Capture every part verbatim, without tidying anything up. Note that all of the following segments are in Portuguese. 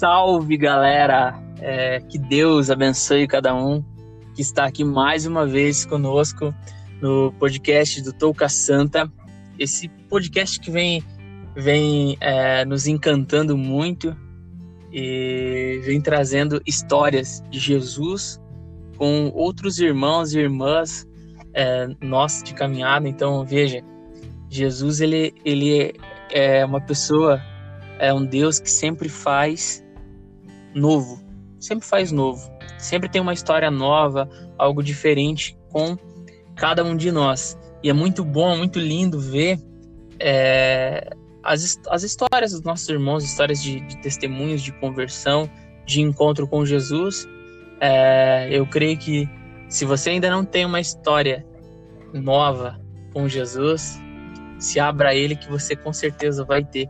salve, galera! É, que Deus abençoe cada um que está aqui mais uma vez conosco no podcast do Touca Santa. Esse podcast que vem, vem é, nos encantando muito e vem trazendo histórias de Jesus com outros irmãos e irmãs é, nossos de caminhada. Então, veja, Jesus ele, ele é uma pessoa, é um Deus que sempre faz novo, sempre faz novo, sempre tem uma história nova, algo diferente com cada um de nós. E é muito bom, muito lindo ver é, as, as histórias dos nossos irmãos, histórias de, de testemunhos, de conversão, de encontro com Jesus. É, eu creio que se você ainda não tem uma história nova com Jesus, se abra a Ele que você com certeza vai ter.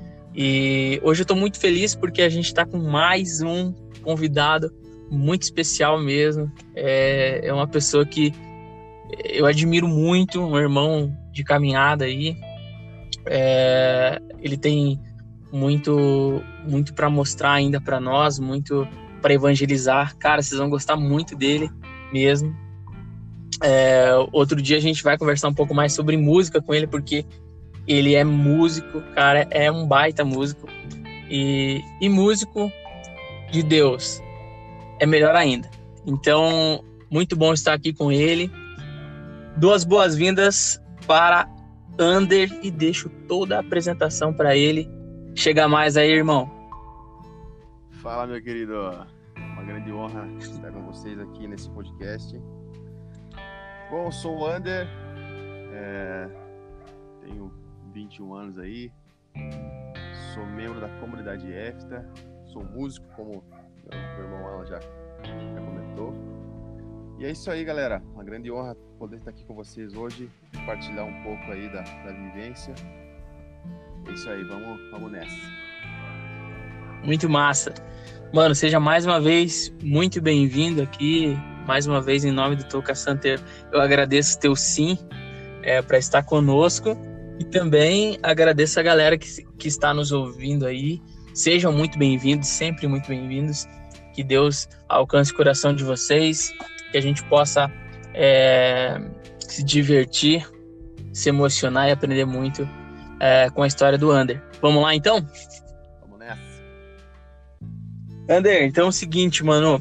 E hoje eu estou muito feliz porque a gente está com mais um convidado muito especial mesmo. É, é uma pessoa que eu admiro muito, um irmão de caminhada aí. É, ele tem muito, muito para mostrar ainda para nós, muito para evangelizar. Cara, vocês vão gostar muito dele mesmo. É, outro dia a gente vai conversar um pouco mais sobre música com ele, porque ele é músico, cara, é um baita músico. E, e músico de Deus é melhor ainda. Então, muito bom estar aqui com ele. Duas boas-vindas para Ander e deixo toda a apresentação para ele. Chega mais aí, irmão. Fala, meu querido. Uma grande honra estar com vocês aqui nesse podcast. Bom, eu sou o Ander, é, tenho vinte e um anos aí, sou membro da comunidade EFTA, sou músico, como meu irmão Alan já, já comentou. E é isso aí, galera, uma grande honra poder estar aqui com vocês hoje, compartilhar um pouco aí da, da vivência. É isso aí, vamos, vamos nessa. Muito massa. Mano, seja mais uma vez muito bem-vindo aqui, mais uma vez em nome do Touca Santa, eu agradeço o teu sim é, para estar conosco. E também agradeço a galera que, que está nos ouvindo aí. Sejam muito bem-vindos, sempre muito bem-vindos. Que Deus alcance o coração de vocês, que a gente possa é, se divertir, se emocionar e aprender muito é, com a história do Ander. Vamos lá, então? Vamos nessa. Ander, então é o seguinte, mano.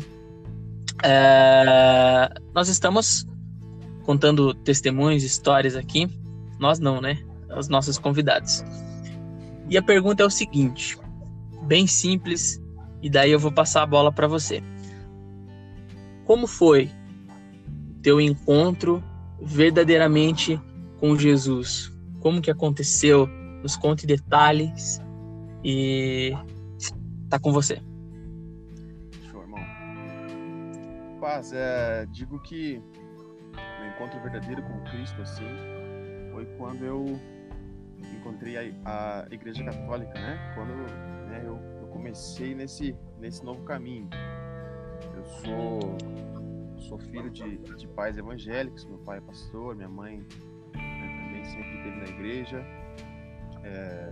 É, nós estamos contando testemunhos, histórias aqui. Nós não, né? Os nossos convidados. E a pergunta é o seguinte, bem simples, e daí eu vou passar a bola para você. Como foi teu encontro verdadeiramente com Jesus? Como que aconteceu? Nos conte detalhes e tá com você. Show, irmão. Paz, é, digo que meu encontro verdadeiro com Cristo, assim, foi quando eu encontrei a, a Igreja Católica, né? Quando né, eu, eu comecei nesse, nesse novo caminho. Eu sou, sou filho de, de pais evangélicos, meu pai é pastor, minha mãe né, também sempre esteve na igreja. É...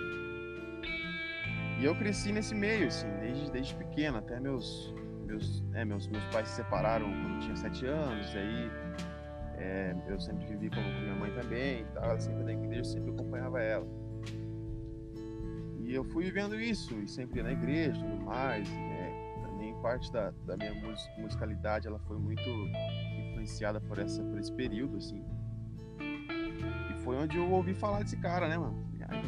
E eu cresci nesse meio, assim, desde, desde pequeno, até meus, meus, é, meus, meus pais se separaram quando eu tinha sete anos, aí É, eu sempre vivi com, com minha mãe também, tá? Ela sempre na igreja, eu sempre acompanhava ela. E eu fui vivendo isso, e sempre ia na igreja e tudo mais, né? Também parte da, da minha mus- musicalidade, ela foi muito influenciada por, essa, por esse período, assim. E foi onde eu ouvi falar desse cara, né, mano?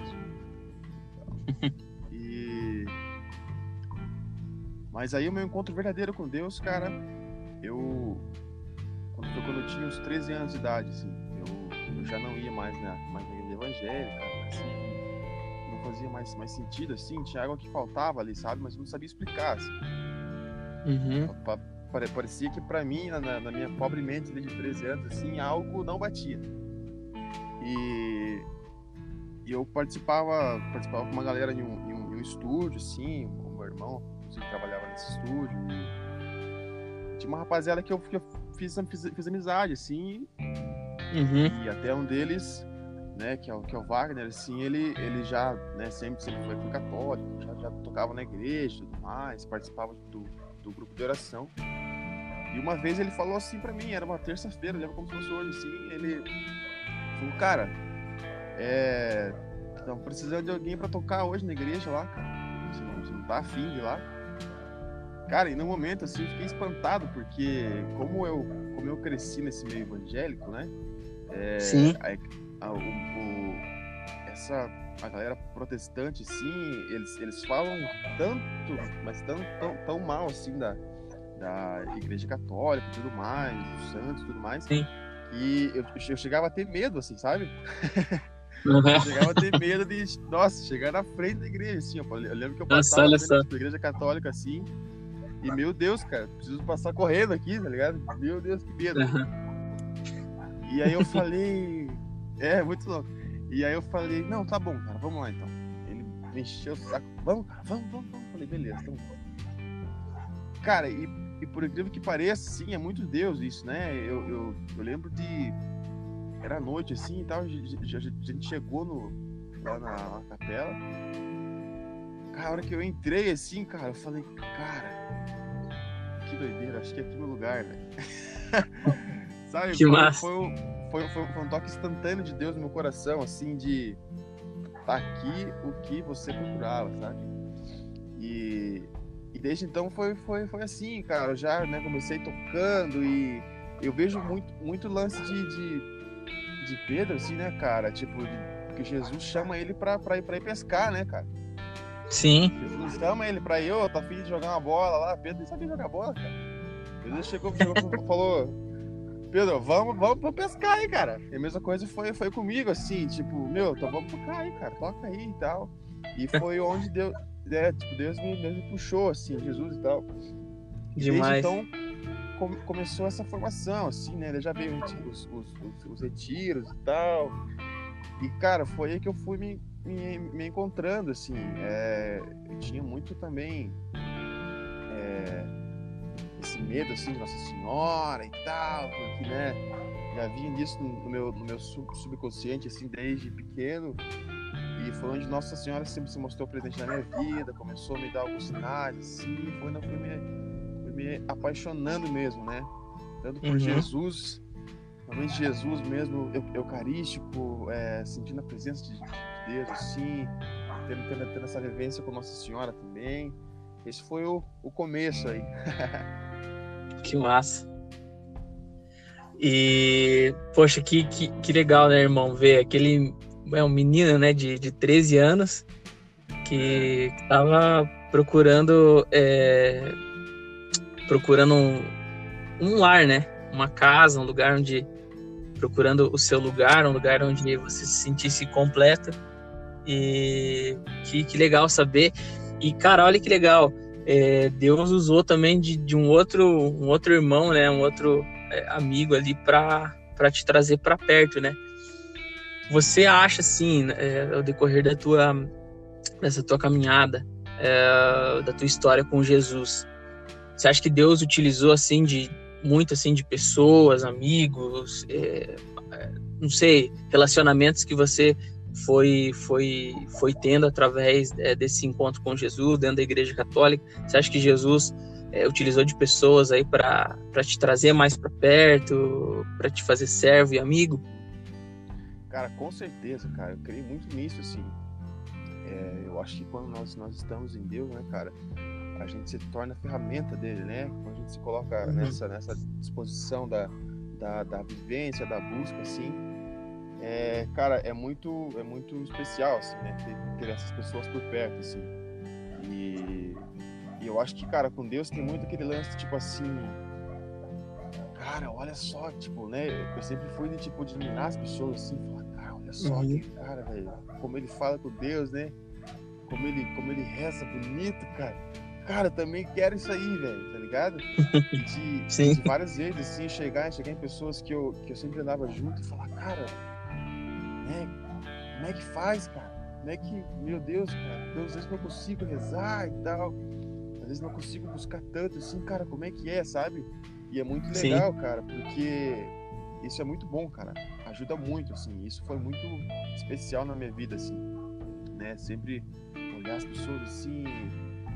E... Mas aí o meu encontro verdadeiro com Deus, cara, eu... Foi quando eu tinha uns treze anos de idade, assim, eu, eu já não ia mais na, mais na igreja evangélica, assim, não fazia mais, mais sentido, assim, tinha algo que faltava ali, sabe, mas eu não sabia explicar, assim. Uhum. Parecia que pra mim, na, na minha pobre mente de treze anos, assim, algo não batia. E, e eu participava, participava com uma galera em um, em um, em um estúdio, assim, o meu irmão, inclusive, trabalhava nesse estúdio, e tinha uma rapaziada que eu, que eu Fiz, fiz, fiz amizade, assim, uhum. E até um deles, né, que é o, que é o Wagner, assim, ele, ele já, né, sempre, sempre foi, foi católico, já, já tocava na igreja e tudo mais, participava do, do grupo de oração. E uma vez ele falou assim pra mim, era uma terça-feira, lembra como se fosse hoje, assim, ele falou, cara, é... estão precisando de alguém pra tocar hoje na igreja lá, cara. Você não, você não tá afim de ir lá? Cara, e no momento, assim, eu fiquei espantado, porque como eu, como eu cresci nesse meio evangélico, né? É, Sim. A, a, o, o, essa, a galera protestante, assim, eles, eles falam tanto, mas tão, tão, tão mal, assim, da, da igreja católica e tudo mais, dos santos e tudo mais, Sim. que eu, eu chegava a ter medo, assim, sabe? Uhum. Eu chegava a ter medo de, nossa, chegar na frente da igreja, assim, eu, eu lembro que eu Nossa, passava olha na só. frente da igreja católica, assim, e, meu Deus, cara, preciso passar correndo aqui, tá ligado? Meu Deus, que medo. Uhum. E aí eu falei... É, muito louco. E aí eu falei, não, tá bom, cara, vamos lá, então. Ele me encheu o saco. Vamos, cara, vamos, vamos, vamos. Falei, beleza, então vamos. Cara, e, e por incrível que pareça, sim, é muito Deus isso, né? Eu, eu, eu lembro de... Era noite, assim, e tal, a gente, a gente chegou no, lá na, na capela. Cara, a hora que eu entrei, assim, cara, eu falei, cara... Que doideira, acho que é aqui meu lugar, velho. Sabe? Que foi, massa. foi, um, foi, foi, foi um toque instantâneo de Deus no meu coração, assim, de tá aqui o que você procurava, sabe? E, e desde então foi, foi, foi assim, cara. Eu já, né, comecei tocando e eu vejo muito, muito lance de, de, de Pedro, assim, né, cara? Tipo, de, que Jesus chama ele pra, pra, ir, pra ir pescar, né, cara? Sim. Jesus chama ele pra ir, ô, tá afim de jogar uma bola lá. Pedro nem sabia jogar bola, cara. Jesus chegou, chegou e falou, Pedro, vamos, vamos pra pescar aí, cara. E a mesma coisa foi, foi comigo, assim, tipo, meu, então vamos tocar aí, cara, toca aí e tal. E foi onde Deus, é, tipo, Deus me, Deus me puxou, assim, Jesus e tal. E Demais. desde então com, começou essa formação, assim, né? Já veio os, os, os, os retiros e tal. E, cara, foi aí que eu fui me, me, me encontrando, assim. É, eu tinha muito também é, esse medo, assim, de Nossa Senhora e tal, porque, né, já vinha disso no meu, no meu sub, subconsciente, assim, desde pequeno. E foi onde Nossa Senhora sempre se mostrou presente na minha vida, começou a me dar alguns sinais, assim, e foi onde eu fui me, fui me apaixonando mesmo, né? Tanto por Uhum. Jesus... Realmente Jesus mesmo, eucarístico, é, sentindo a presença de Deus, assim, tendo, tendo, tendo essa vivência com Nossa Senhora também. Esse foi o, o começo aí. Que massa. E, poxa, que, que, que legal, né, irmão, ver aquele, é um menino, né, de, de treze anos que É. tava procurando, é, procurando um, um lar, né, uma casa, um lugar onde procurando o seu lugar, um lugar onde você se sentisse completo. E que, que legal saber. E, cara, olha que legal. É, Deus usou também de, de um, outro, um outro irmão, né? Um outro é, amigo ali para te trazer para perto, né? Você acha, assim, é, ao decorrer da tua, dessa tua caminhada, é, da tua história com Jesus, você acha que Deus utilizou, assim, de muito, assim, de pessoas, amigos, é, não sei, relacionamentos que você foi, foi, foi tendo através é, desse encontro com Jesus dentro da Igreja Católica? Você acha que Jesus é, utilizou de pessoas aí para te trazer mais para perto, para te fazer servo e amigo? Cara, com certeza, cara. Eu creio muito nisso, assim. É, eu acho que quando nós, nós estamos em Deus, né, cara, a gente se torna ferramenta dele, né? Quando a gente se coloca uhum. nessa, nessa disposição da, da, da vivência, da busca, assim, é, cara, é muito, é muito especial, assim, né? Ter, ter essas pessoas por perto, assim. E, e eu acho que, cara, com Deus tem muito aquele lance, tipo assim, cara, olha só, tipo, né? Eu sempre fui de, tipo, de admirar as pessoas, assim, falar, cara, olha só, uhum. aquele cara, velho, como ele fala com Deus, né? Como ele, como ele reza bonito, cara. Cara, eu também quero isso aí, velho, tá ligado? E de, Sim. de várias vezes, assim, chegar, chegar em pessoas que eu, que eu sempre andava junto e falar, cara, né, como é que faz, cara? Como é que, meu Deus, cara, eu, às vezes não consigo rezar e tal, às vezes não consigo buscar tanto, assim, cara, como é que é, sabe? E é muito legal, Sim. cara, porque isso é muito bom, cara, ajuda muito, assim, isso foi muito especial na minha vida, assim, né, sempre olhar as pessoas, assim,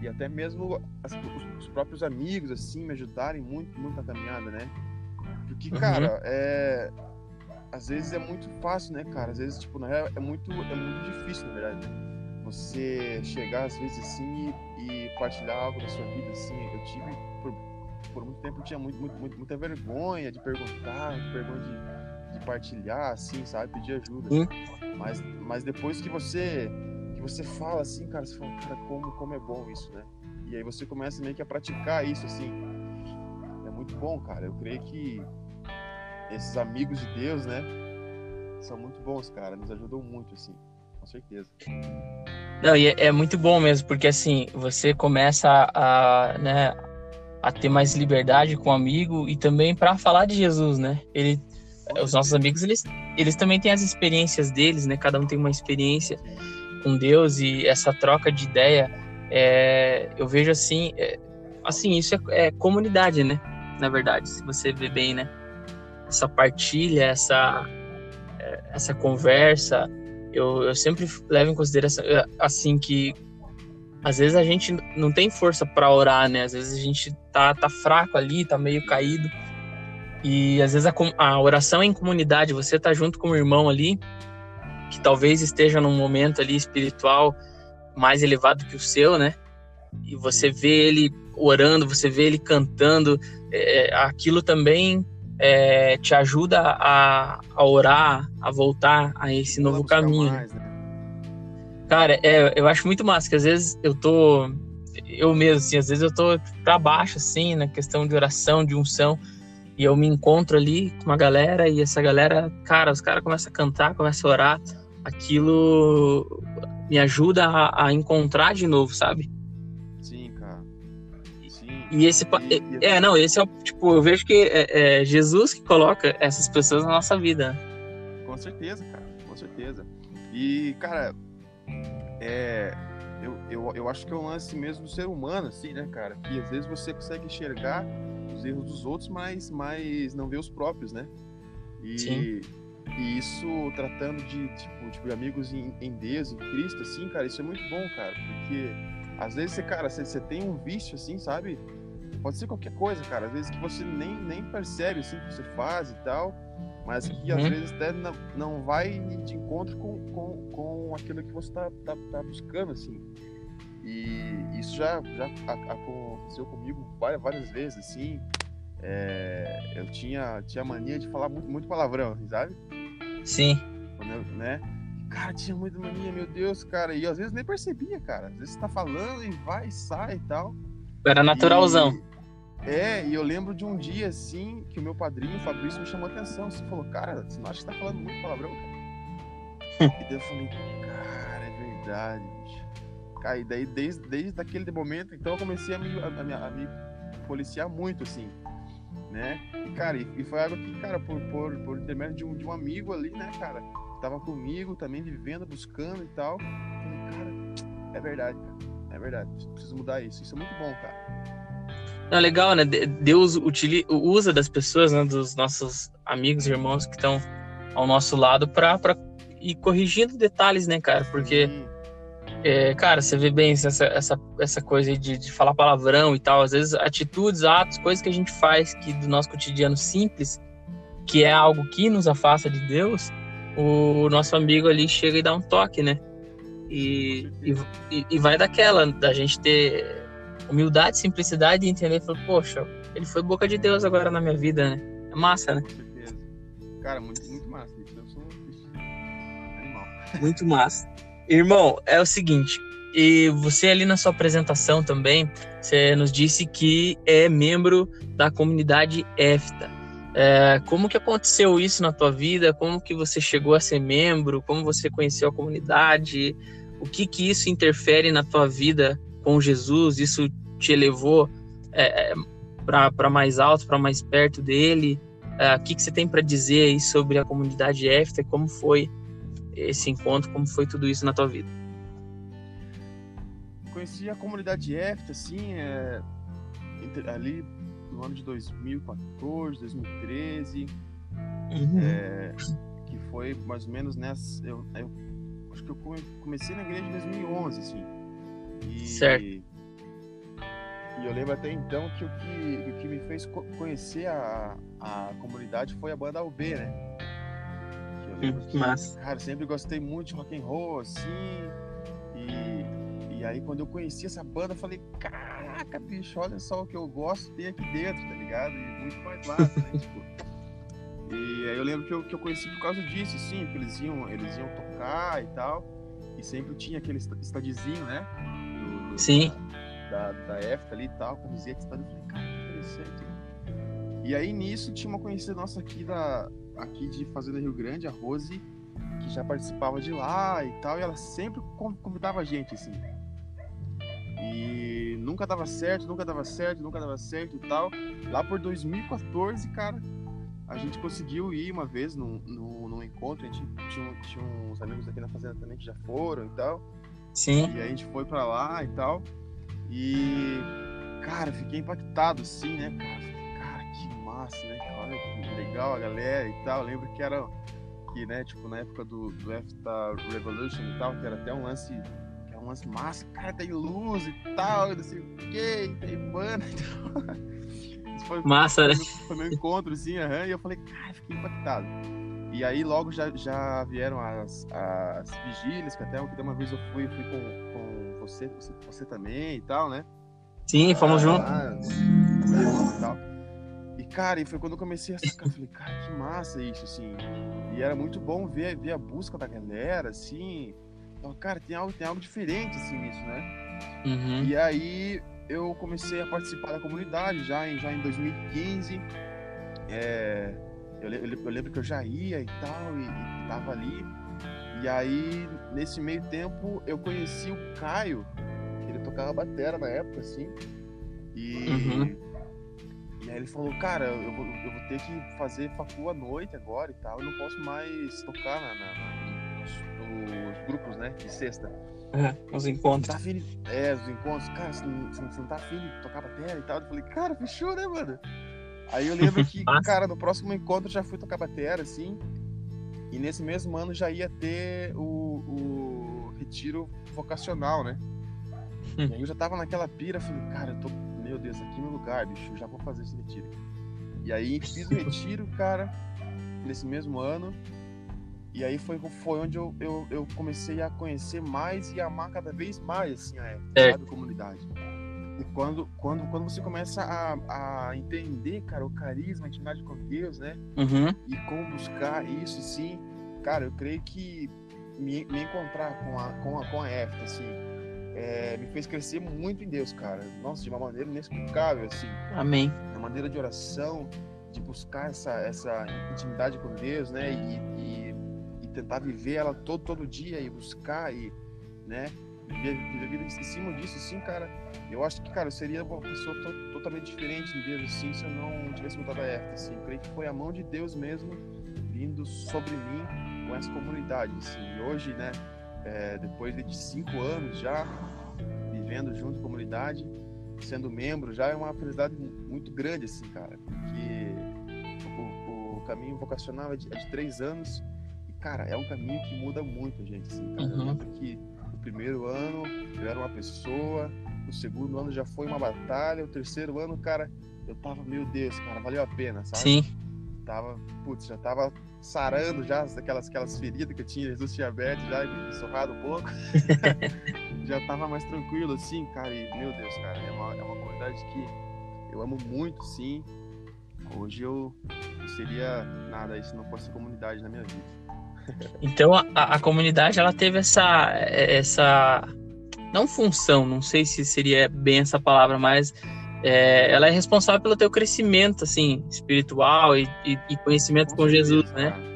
e até mesmo as, os, os próprios amigos, assim, me ajudarem muito, muito na caminhada, né? Porque, Uhum. cara, é... às vezes é muito fácil, né, cara? Às vezes, tipo, na real, é muito, é muito difícil, na verdade, né? Você chegar, às vezes, assim, e, e partilhar algo da sua vida, assim. Eu tive, por, por muito tempo, eu tinha muito, muito, muito, muita vergonha de perguntar, de vergonha de, de partilhar, assim, sabe? Pedir ajuda. Sim. Mas, mas depois que você, que você fala, assim, cara, você fala, cara, como, como é bom isso, né? E aí você começa meio que a praticar isso, assim. É muito bom, cara. Eu creio que esses amigos de Deus, né, são muito bons, cara, nos ajudam muito, assim, com certeza. Não, e é, é muito bom mesmo, porque assim, você começa a, a, né, a ter mais liberdade com o amigo e também para falar de Jesus, né? Ele, Com os nossos certeza. amigos, eles, eles também têm as experiências deles, né? Cada um tem uma experiência Sim. com Deus e essa troca de ideia, é, eu vejo assim, é, assim, isso é, é comunidade, né? Na verdade, se você vê bem, né? Essa partilha, essa, essa conversa, eu, eu sempre levo em consideração, assim, que às vezes a gente não tem força para orar, né? Às vezes a gente tá, tá fraco ali, tá meio caído. E às vezes a, a oração é em comunidade, você tá junto com o irmão ali, que talvez esteja num momento ali espiritual mais elevado que o seu, né? E você Sim. vê ele orando, você vê ele cantando, é, aquilo também é, te ajuda a, a orar, a voltar a esse Estimula a novo buscar caminho. mais, né? Cara, é, eu acho muito massa, que às vezes eu tô, eu mesmo, assim, às vezes eu tô pra baixo, assim, na questão de oração, de unção, e eu me encontro ali com uma galera, e essa galera, cara, os caras começam a cantar, começam a orar, aquilo me ajuda a, a encontrar de novo, sabe? Sim, cara. Sim. E esse, E, e... é, não, esse é o, tipo, eu vejo que é, é Jesus que coloca essas pessoas na nossa vida. Com certeza, cara, com certeza. E, cara, é, eu, eu, eu acho que é um lance mesmo do ser humano, assim, né, cara? Que às vezes você consegue enxergar os erros dos outros, mas, mas não vê os próprios, né? E, Sim. e isso, tratando de, tipo, tipo, de amigos em, em Deus, em Cristo, assim, cara, isso é muito bom, cara. Porque às vezes você, cara, você, você tem um vício, assim, sabe? Pode ser qualquer coisa, cara. Às vezes que você nem, nem percebe, assim, que você faz e tal, mas que Uhum. às vezes até não, não vai de encontro com, com, com aquilo que você tá, tá, tá buscando, assim. E isso já, já aconteceu comigo várias, várias vezes, assim. É, eu tinha, tinha mania de falar muito, muito palavrão, sabe? Sim. Quando eu, né? Cara, tinha muita mania, meu Deus, cara. E às vezes nem percebia, cara. Às vezes você tá falando e vai e sai e tal. Era naturalzão. E... É, e eu lembro de um dia, assim, que o meu padrinho, o Fabrício, me chamou a atenção. Você falou, cara, você não acha que tá falando muito palavrão, cara? E daí eu falei, cara, é verdade, bicho. Cara, e daí, desde, desde aquele momento, então, eu comecei a me, a, a, a me policiar muito, assim, né? E, cara, e, e foi algo que, cara, por, por, por intermédio de um, de um amigo ali, né, cara, que tava comigo também, vivendo, buscando e tal. Eu falei, cara, é verdade, cara, é verdade, preciso mudar isso. Isso é muito bom, cara. Não, legal, né? Deus utiliza, usa das pessoas, né? Dos nossos amigos e irmãos que estão ao nosso lado para ir corrigindo detalhes, né, cara? Porque, é, cara, você vê bem essa, essa, essa coisa de, de falar palavrão e tal. Às vezes, atitudes, atos, coisas que a gente faz que do nosso cotidiano simples, que é algo que nos afasta de Deus, o nosso amigo ali chega e dá um toque, né? E, e, e vai daquela, da gente ter humildade, simplicidade e entender, falar, poxa, ele foi boca de Deus agora na minha vida, né? É massa, né? Com certeza. Cara, muito, muito massa isso. Eu sou um animal. Muito massa. Irmão, é o seguinte, e você ali na sua apresentação também, você nos disse que é membro da comunidade EFTA. É, como que aconteceu isso na tua vida? Como que você chegou a ser membro? Como você conheceu a comunidade? O que que isso interfere na tua vida com Jesus? Isso te elevou é, para mais alto, para mais perto dele? É, o que que você tem para dizer aí sobre a comunidade EFTA? Como foi esse encontro? Como foi tudo isso na tua vida? Conheci a comunidade EFTA, assim, é, ali no ano de dois mil e quatorze, dois mil e treze, uhum. é, que foi mais ou menos nessa... Eu, eu acho que eu comecei na igreja em dois mil e onze, assim. E, certo. E eu lembro até então que o que, o que me fez co- conhecer a, a comunidade foi a banda U B, né? Que eu lembro que, Massa. cara, eu sempre gostei muito de rock and roll, assim. E, e aí quando eu conheci essa banda, eu falei, caraca, bicho, olha só o que eu gosto de ter aqui dentro, tá ligado? E muito mais massa, né? Tipo, e aí eu lembro que eu, que eu conheci por causa disso, assim, porque eles iam, eles iam tocar e tal. E sempre tinha aquele esta- estadinho, né? Do, do, Sim. Da, da, da E F T ali e tal, camiseta, estado. Eu falei, cara, que interessante. E aí nisso tinha uma conhecida nossa aqui, da, aqui de Fazenda Rio Grande, a Rose, que já participava de lá e tal, e ela sempre convidava a gente, assim. E nunca dava certo, nunca dava certo, nunca dava certo e tal. Lá por dois mil e quatorze, cara, a gente conseguiu ir uma vez num, num, num encontro. A gente tinha, tinha uns amigos aqui na Fazenda também que já foram e tal. Sim. E aí a gente foi pra lá e tal. E, cara, fiquei impactado, assim, né, cara? Falei, cara, que massa, né? Olha que legal a galera e tal. Eu lembro que era, que, né, tipo, na época do, do F T Revolution e tal, que era até um lance, que era um lance massa, cara, tem luz e tal, e não sei o que, tem banda e tal. Isso foi, Massa, foi, né? meu, foi meu encontro, assim, aham, e eu falei, cara, fiquei impactado. E aí logo já, já vieram as, as vigílias, que até uma vez eu fui, fui com, com você, você, você também e tal, né? Sim, fomos juntos. Ah, e tal. E, cara, e foi quando eu comecei a sacar, falei, cara, que massa isso, assim. E era muito bom ver, ver a busca da galera, assim. Então, cara, tem algo, tem algo diferente, assim, nisso, né? Uhum. E aí eu comecei a participar da comunidade já em, já em dois mil e quinze. É, eu, eu, eu lembro que eu já ia e tal, e, e tava ali. E aí, nesse meio tempo, eu conheci o Caio, que ele tocava batera na época, assim. E, Uhum. e aí ele falou, cara, eu vou, eu vou ter que fazer facu à noite agora e tal, eu não posso mais tocar na, na, na, nos, nos grupos, né, de sexta. É, os encontros. Tá afim de... É, os encontros, cara, você não, você não tá afim de tocar batera e tal? Eu falei, cara, fechou, né, mano? Aí eu lembro que, cara, no próximo encontro eu já fui tocar batera, assim, e nesse mesmo ano já ia ter o, o retiro vocacional, né? E aí eu já tava naquela pira, falei, cara, eu tô, meu Deus, aqui é meu lugar, bicho, eu já vou fazer esse retiro. E aí fiz o retiro, cara, nesse mesmo ano, e aí foi, foi onde eu, eu, eu comecei a conhecer mais e amar cada vez mais, assim, a, É. sabe, a comunidade. E quando, quando, quando você começa a, a entender, cara, o carisma, a intimidade com Deus, né? Uhum. E como buscar isso, sim, cara, eu creio que me, me encontrar com a, com a, com a E F T, assim, é, me fez crescer muito em Deus, cara. Nossa, de uma maneira inexplicável, assim. Amém. Na maneira de oração, de buscar essa, essa intimidade com Deus, né? E, e, e tentar viver ela todo, todo dia e buscar e, né? Viver, viver a vida em cima disso, sim, cara. Eu acho que, cara, eu seria uma pessoa to- totalmente diferente em Deus, assim, se eu não tivesse mudado a E F T, assim. Eu creio que foi a mão de Deus mesmo vindo sobre mim com essa comunidade, assim. E hoje, né? É, depois de cinco anos já vivendo junto com a comunidade, sendo membro, já é uma felicidade muito grande, assim, cara, porque o, o caminho vocacional é de, é de três anos e, cara, é um caminho que muda muito a gente, assim, cara. Uhum. Eu lembro que o primeiro ano eu era uma pessoa, o segundo ano já foi uma batalha, o terceiro ano, cara, eu tava, meu Deus, cara, valeu a pena, sabe? Sim. Tava, putz, já tava sarando já aquelas, aquelas feridas que eu tinha, Jesus tinha aberto já, me sorrado um pouco. Já tava mais tranquilo, assim, cara, e, meu Deus, cara, é uma, é uma comunidade que eu amo muito, sim. Hoje eu não seria nada se não fosse a comunidade na minha vida. Então a, a comunidade, ela teve essa, essa, não função, não sei se seria bem essa palavra, mas é, ela é responsável pelo teu crescimento, assim, espiritual e, e, e conhecimento com, com certeza, Jesus, né? Cara.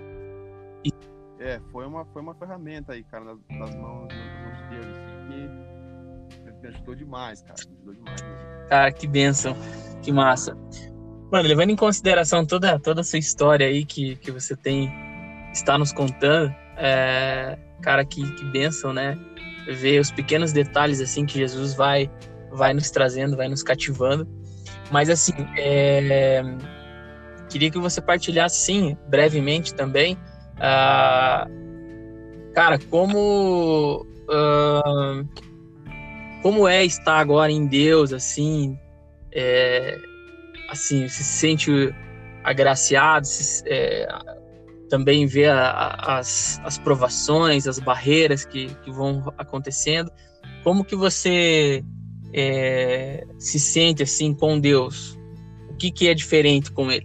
É, foi uma, foi uma ferramenta aí, cara, nas, nas, mãos, nas mãos de Deus, assim, que me ajudou demais, cara, me ajudou demais mesmo. Cara, que bênção, que massa. Mano, levando em consideração toda, toda a sua história aí que, que você tem, está nos contando, é, cara, que, que bênção, né? Ver os pequenos detalhes, assim, que Jesus vai, vai nos trazendo, vai nos cativando. Mas, assim, é, queria que você partilhasse, sim, brevemente também, uh, cara, como uh, como é estar agora em Deus, assim, é, assim, se sente agraciado, se, é, também vê a, a, as, as provações, as barreiras que, que vão acontecendo. Como que você é, se sente assim com Deus? O que, que é diferente com Ele?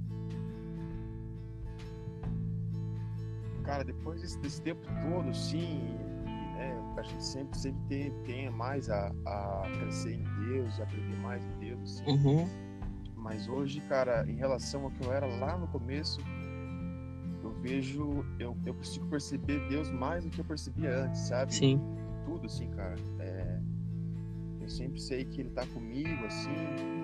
Cara, depois desse, desse tempo todo, sim, né, a gente sempre, sempre tem, tem mais a, a crescer em Deus, a aprender mais em Deus, assim. Uhum. Mas hoje, cara, em relação ao que eu era lá no começo, eu vejo, eu, eu consigo perceber Deus mais do que eu percebia antes, sabe? Sim. Tudo, assim, cara. É, eu sempre sei que Ele tá comigo, assim,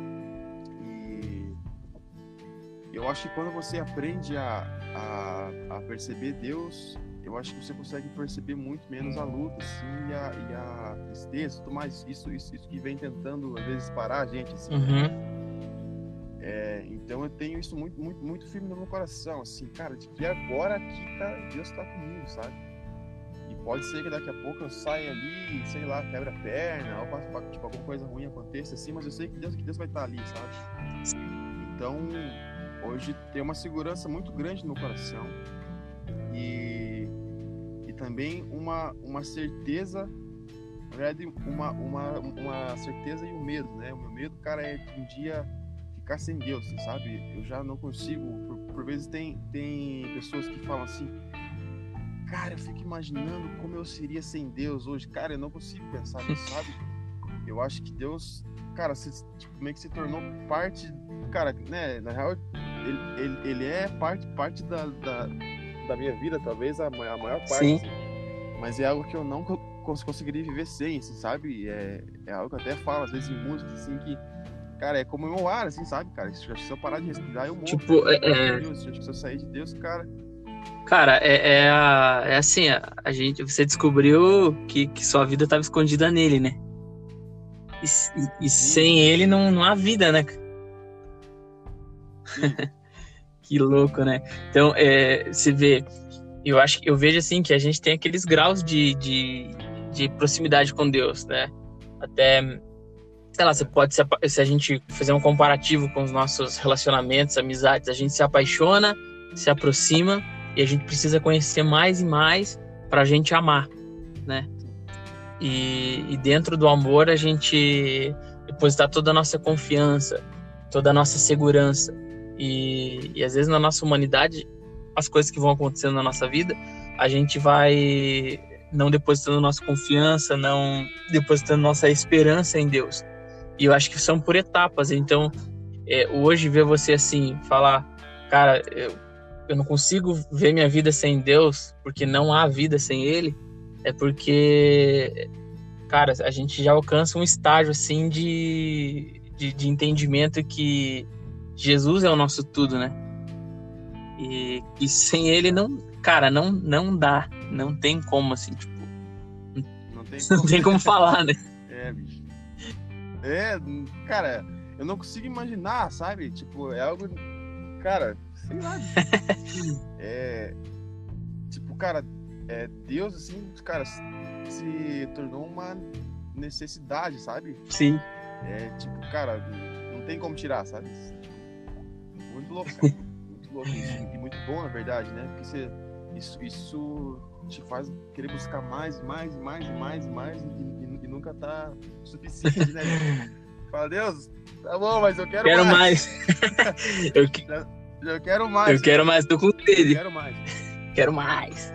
e eu acho que quando você aprende a, a, a perceber Deus, eu acho que você consegue perceber muito menos a luta, assim, e a, e a tristeza, tudo mais, isso, isso, isso que vem tentando, às vezes, parar a gente, assim, Uhum. né? É, então eu tenho isso muito, muito, muito firme no meu coração, assim, cara, de que agora aqui tá, Deus tá comigo, sabe? E pode ser que daqui a pouco eu saia ali, sei lá, quebra a perna, ou faça, tipo, alguma coisa ruim aconteça, assim, mas eu sei que Deus, que Deus vai estar ali, sabe? Então, hoje tem uma segurança muito grande no meu coração e, e também uma, uma certeza, na verdade, uma, uma, uma certeza e um medo, né? O meu medo, cara, é de um dia ficar sem Deus, sabe? Eu já não consigo, por, por vezes tem, tem pessoas que falam assim, cara, eu fico imaginando como eu seria sem Deus hoje. Cara, eu não consigo pensar nisso, sabe? Eu acho que Deus, cara, se, tipo, meio que se tornou parte, cara, né? Na real, ele, ele, ele é parte, parte da, da, da minha vida, talvez a, a maior parte. Sim. Assim. Mas é algo que eu não cons- conseguiria viver sem, assim, sabe? É, é algo que eu até falo, às vezes, em música, assim, que, cara, é como meu ar, assim, sabe, cara? Se eu parar de respirar, eu morro. Tipo, né? é, Deus, acho que se eu sair de Deus, cara... cara, é, é, a- é assim, a, a gente, você descobriu que, que sua vida estava escondida nele, né? E, e- e sem ele não, não há vida, né? Que louco, né? Então, é, você vê, eu acho, eu vejo assim que a gente tem aqueles graus de, de, de proximidade com Deus, né? Até, sei lá, você pode se, apa- se a gente fizer um comparativo com os nossos relacionamentos, amizades, a gente se apaixona, se aproxima e a gente precisa conhecer mais e mais para a gente amar, né? E, e dentro do amor a gente depositar toda a nossa confiança, toda a nossa segurança. E, e às vezes na nossa humanidade, as coisas que vão acontecendo na nossa vida, a gente vai não depositando nossa confiança, não depositando nossa esperança em Deus. E eu acho que são por etapas. Então, é, hoje ver você assim, falar, cara, eu, eu não consigo ver minha vida sem Deus, porque não há vida sem Ele, é porque, cara, a gente já alcança um estágio assim de, de, de entendimento que Jesus é o nosso tudo, né? E, e sem Ele não, cara, não, não dá, não tem como, assim, tipo, Não tem não como, tem como falar, né? É, bicho. É, cara, eu não consigo imaginar, sabe? Tipo, é algo. Cara, sei lá. É. Tipo, cara, é, Deus, assim, cara, se tornou uma necessidade, sabe? Sim. É, tipo, cara, não tem como tirar, sabe? Muito louco, cara. Muito louco isso. E muito bom, na verdade, né? Porque você, isso, isso te faz querer buscar mais, mais, mais, mais, mais, e, e, e nunca tá suficiente, né? Fala, Deus, tá bom, mas eu quero, Quero mais. mais. eu, que- Já- Eu quero mais. eu quero mais, tô com Eu sede. quero mais. Quero mais.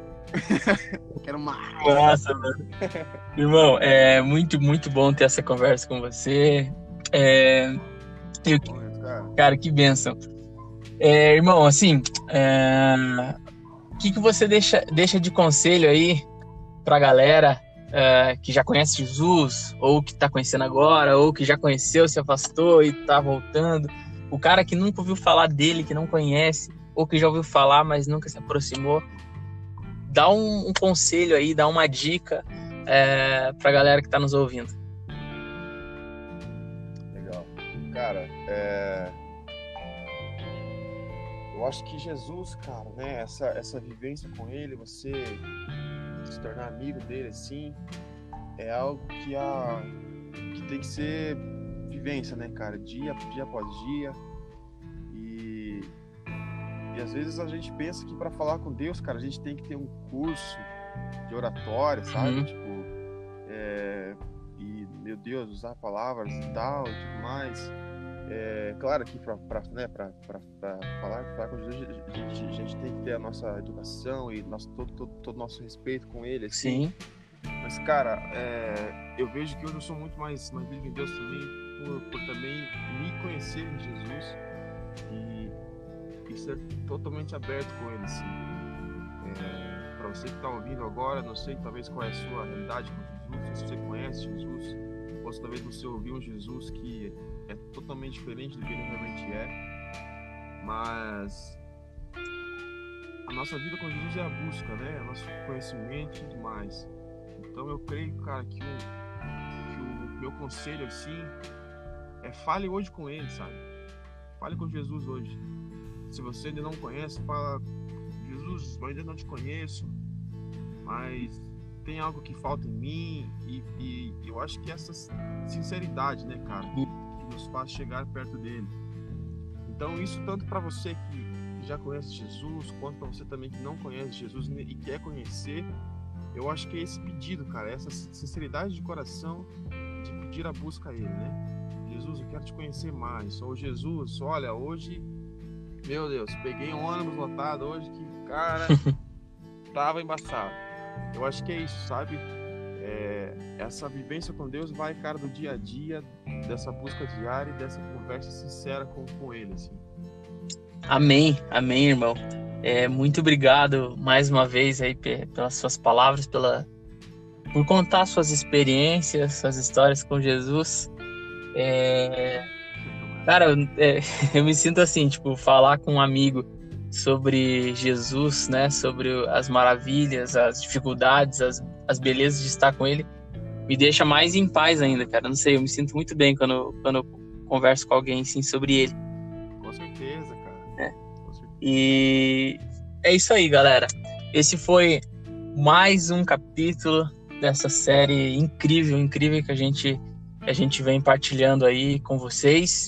Eu quero mais. Nossa, mano. Irmão, é muito, muito bom ter essa conversa com você. É, eu- Bom, cara. cara, que bênção. É, irmão, assim, é, o que, que você deixa, deixa de conselho aí pra galera é, que já conhece Jesus, ou que tá conhecendo agora, ou que já conheceu, se afastou e tá voltando? O cara que nunca ouviu falar dele, que não conhece, ou que já ouviu falar, mas nunca se aproximou. Dá um, um conselho aí, dá uma dica é, pra galera que tá nos ouvindo. Legal. Cara, é... eu acho que Jesus, cara, né? Essa, essa vivência com ele, você se tornar amigo dele, assim, é algo que, a, que tem que ser vivência, né, cara? Dia, dia após dia. E, e às vezes a gente pensa que para falar com Deus, cara, a gente tem que ter um curso de oratória, sabe? Uhum. Tipo, é, e, meu Deus, usar palavras e tal e tudo mais. É, claro que para né, pra, pra, pra falar, falar com Jesus, a gente, a gente tem que ter a nossa educação e nosso, todo, todo, todo nosso respeito com Ele, assim. Sim. Mas, cara, é, eu vejo que hoje eu sou muito mais, mais livre em Deus também, por, por também me conhecer em Jesus e, e ser totalmente aberto com Ele, assim. É, para você que está ouvindo agora, não sei talvez qual é a sua realidade com Jesus, se você conhece Jesus, ou se talvez você ouviu um Jesus que é totalmente diferente do que Ele realmente é, mas a nossa vida com Jesus é a busca, né? O nosso conhecimento e tudo mais. Então eu creio, cara, que o, que o meu conselho, assim, é fale hoje com Ele, sabe? Fale com Jesus hoje. Se você ainda não conhece, fala: Jesus, eu ainda não te conheço, mas tem algo que falta em mim, e, e eu acho que essa sinceridade, né, cara, que nos faz chegar perto dele. Então isso tanto para você que já conhece Jesus, quanto para você também que não conhece Jesus e quer conhecer. Eu acho que é esse pedido, cara, essa sinceridade de coração de pedir a busca a Ele, né? Jesus, eu quero te conhecer mais. Ou Jesus, olha, hoje, meu Deus, peguei um ônibus lotado hoje que, cara, tava embaçado. Eu acho que é isso, sabe? É, essa vivência com Deus vai, cara, do dia a dia, dessa busca diária e dessa conversa sincera com, com Ele, assim. Amém, amém, irmão. É, muito obrigado mais uma vez aí pelas suas palavras, pela, por contar suas experiências, suas histórias com Jesus. É, cara, é, eu me sinto assim, tipo, falar com um amigo sobre Jesus, né, sobre as maravilhas, as dificuldades, as, as belezas de estar com Ele, me deixa mais em paz ainda, cara. Não sei, eu me sinto muito bem quando, quando eu converso com alguém assim sobre Ele. Com certeza, cara. É. E é isso aí, galera. Esse foi mais um capítulo dessa série incrível, incrível que a gente, a gente vem partilhando aí com vocês.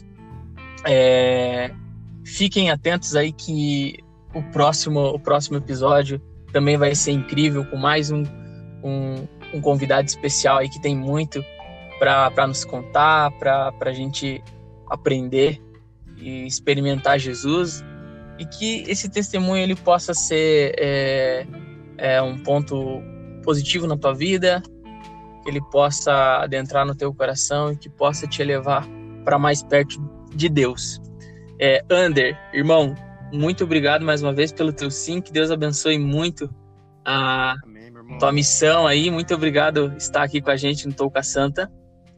É... Fiquem atentos aí que o próximo, o próximo episódio também vai ser incrível, com mais um, um, um convidado especial aí que tem muito para nos contar, para a gente aprender e experimentar Jesus. E que esse testemunho ele possa ser é, é, um ponto positivo na tua vida, que ele possa adentrar no teu coração e que possa te levar para mais perto de Deus. É, Ander, irmão, muito obrigado mais uma vez pelo teu sim, que Deus abençoe muito a Amém, meu irmão. Tua missão aí, muito obrigado por estar aqui com a gente no Touca Santa.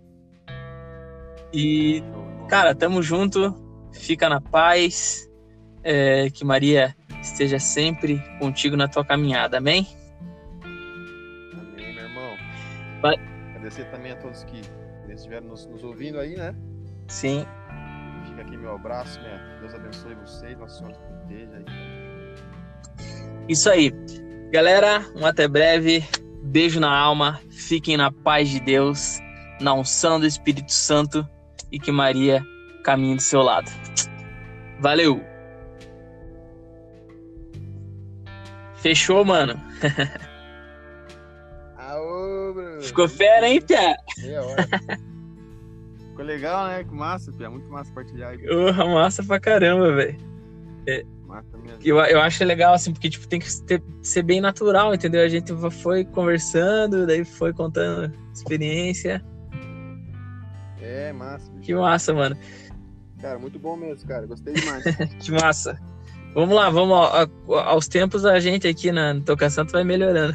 E, cara, tamo junto, fica na paz. É, que Maria esteja sempre contigo na tua caminhada, amém? Amém, meu irmão. Vai. Agradecer também a todos que estiveram nos, nos ouvindo aí, né? Sim. Fica aqui meu abraço, né? Deus abençoe vocês, Nossa Senhora proteja aí. Isso aí. Galera, um até breve. Beijo na alma. Fiquem na paz de Deus, na unção do Espírito Santo e que Maria caminhe do seu lado. Valeu! Fechou, mano. Aô, Bruno. Ficou fera, hein, Pia? Meia hora. Ficou legal, né? Que massa, Pia. Muito massa partilhar aí. Porra, massa pra caramba, velho. É, massa mesmo. Eu, eu acho legal, assim, porque tipo, tem que ter, ser bem natural, entendeu? A gente foi conversando, daí foi contando experiência. É, massa. Bicho. Que massa, mano. Cara, muito bom mesmo, cara. Gostei demais. Que massa. Vamos lá, vamos a, a, aos tempos a gente aqui na no Touca Santa vai melhorando.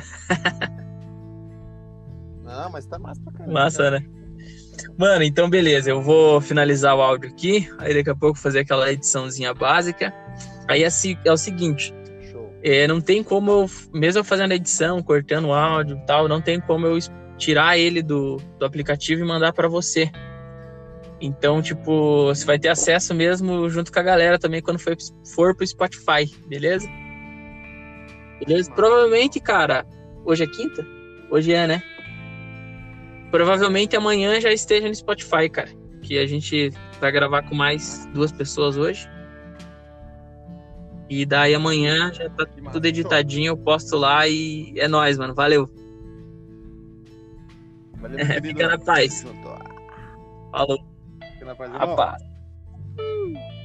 Não, mas tá massa pra caramba. Massa, cara. né? Mano, então beleza, eu vou finalizar o áudio aqui, aí daqui a pouco fazer aquela ediçãozinha básica. Aí é, é o seguinte, Show. É, não tem como eu, mesmo eu fazendo a edição, cortando o áudio e tal, não tem como eu tirar ele do, do aplicativo e mandar pra você. Então, tipo, você vai ter acesso mesmo junto com a galera também quando for, for pro Spotify, beleza? Beleza? Provavelmente, cara, hoje é quinta? Hoje é, né? provavelmente amanhã já esteja no Spotify, cara. Que a gente vai gravar com mais duas pessoas hoje. E daí amanhã já tá tudo editadinho, eu posto lá e é nóis, mano. Valeu. Valeu, É, querido. fica na paz. Junto. Falou. Fica na paz, irmão. Rapaz.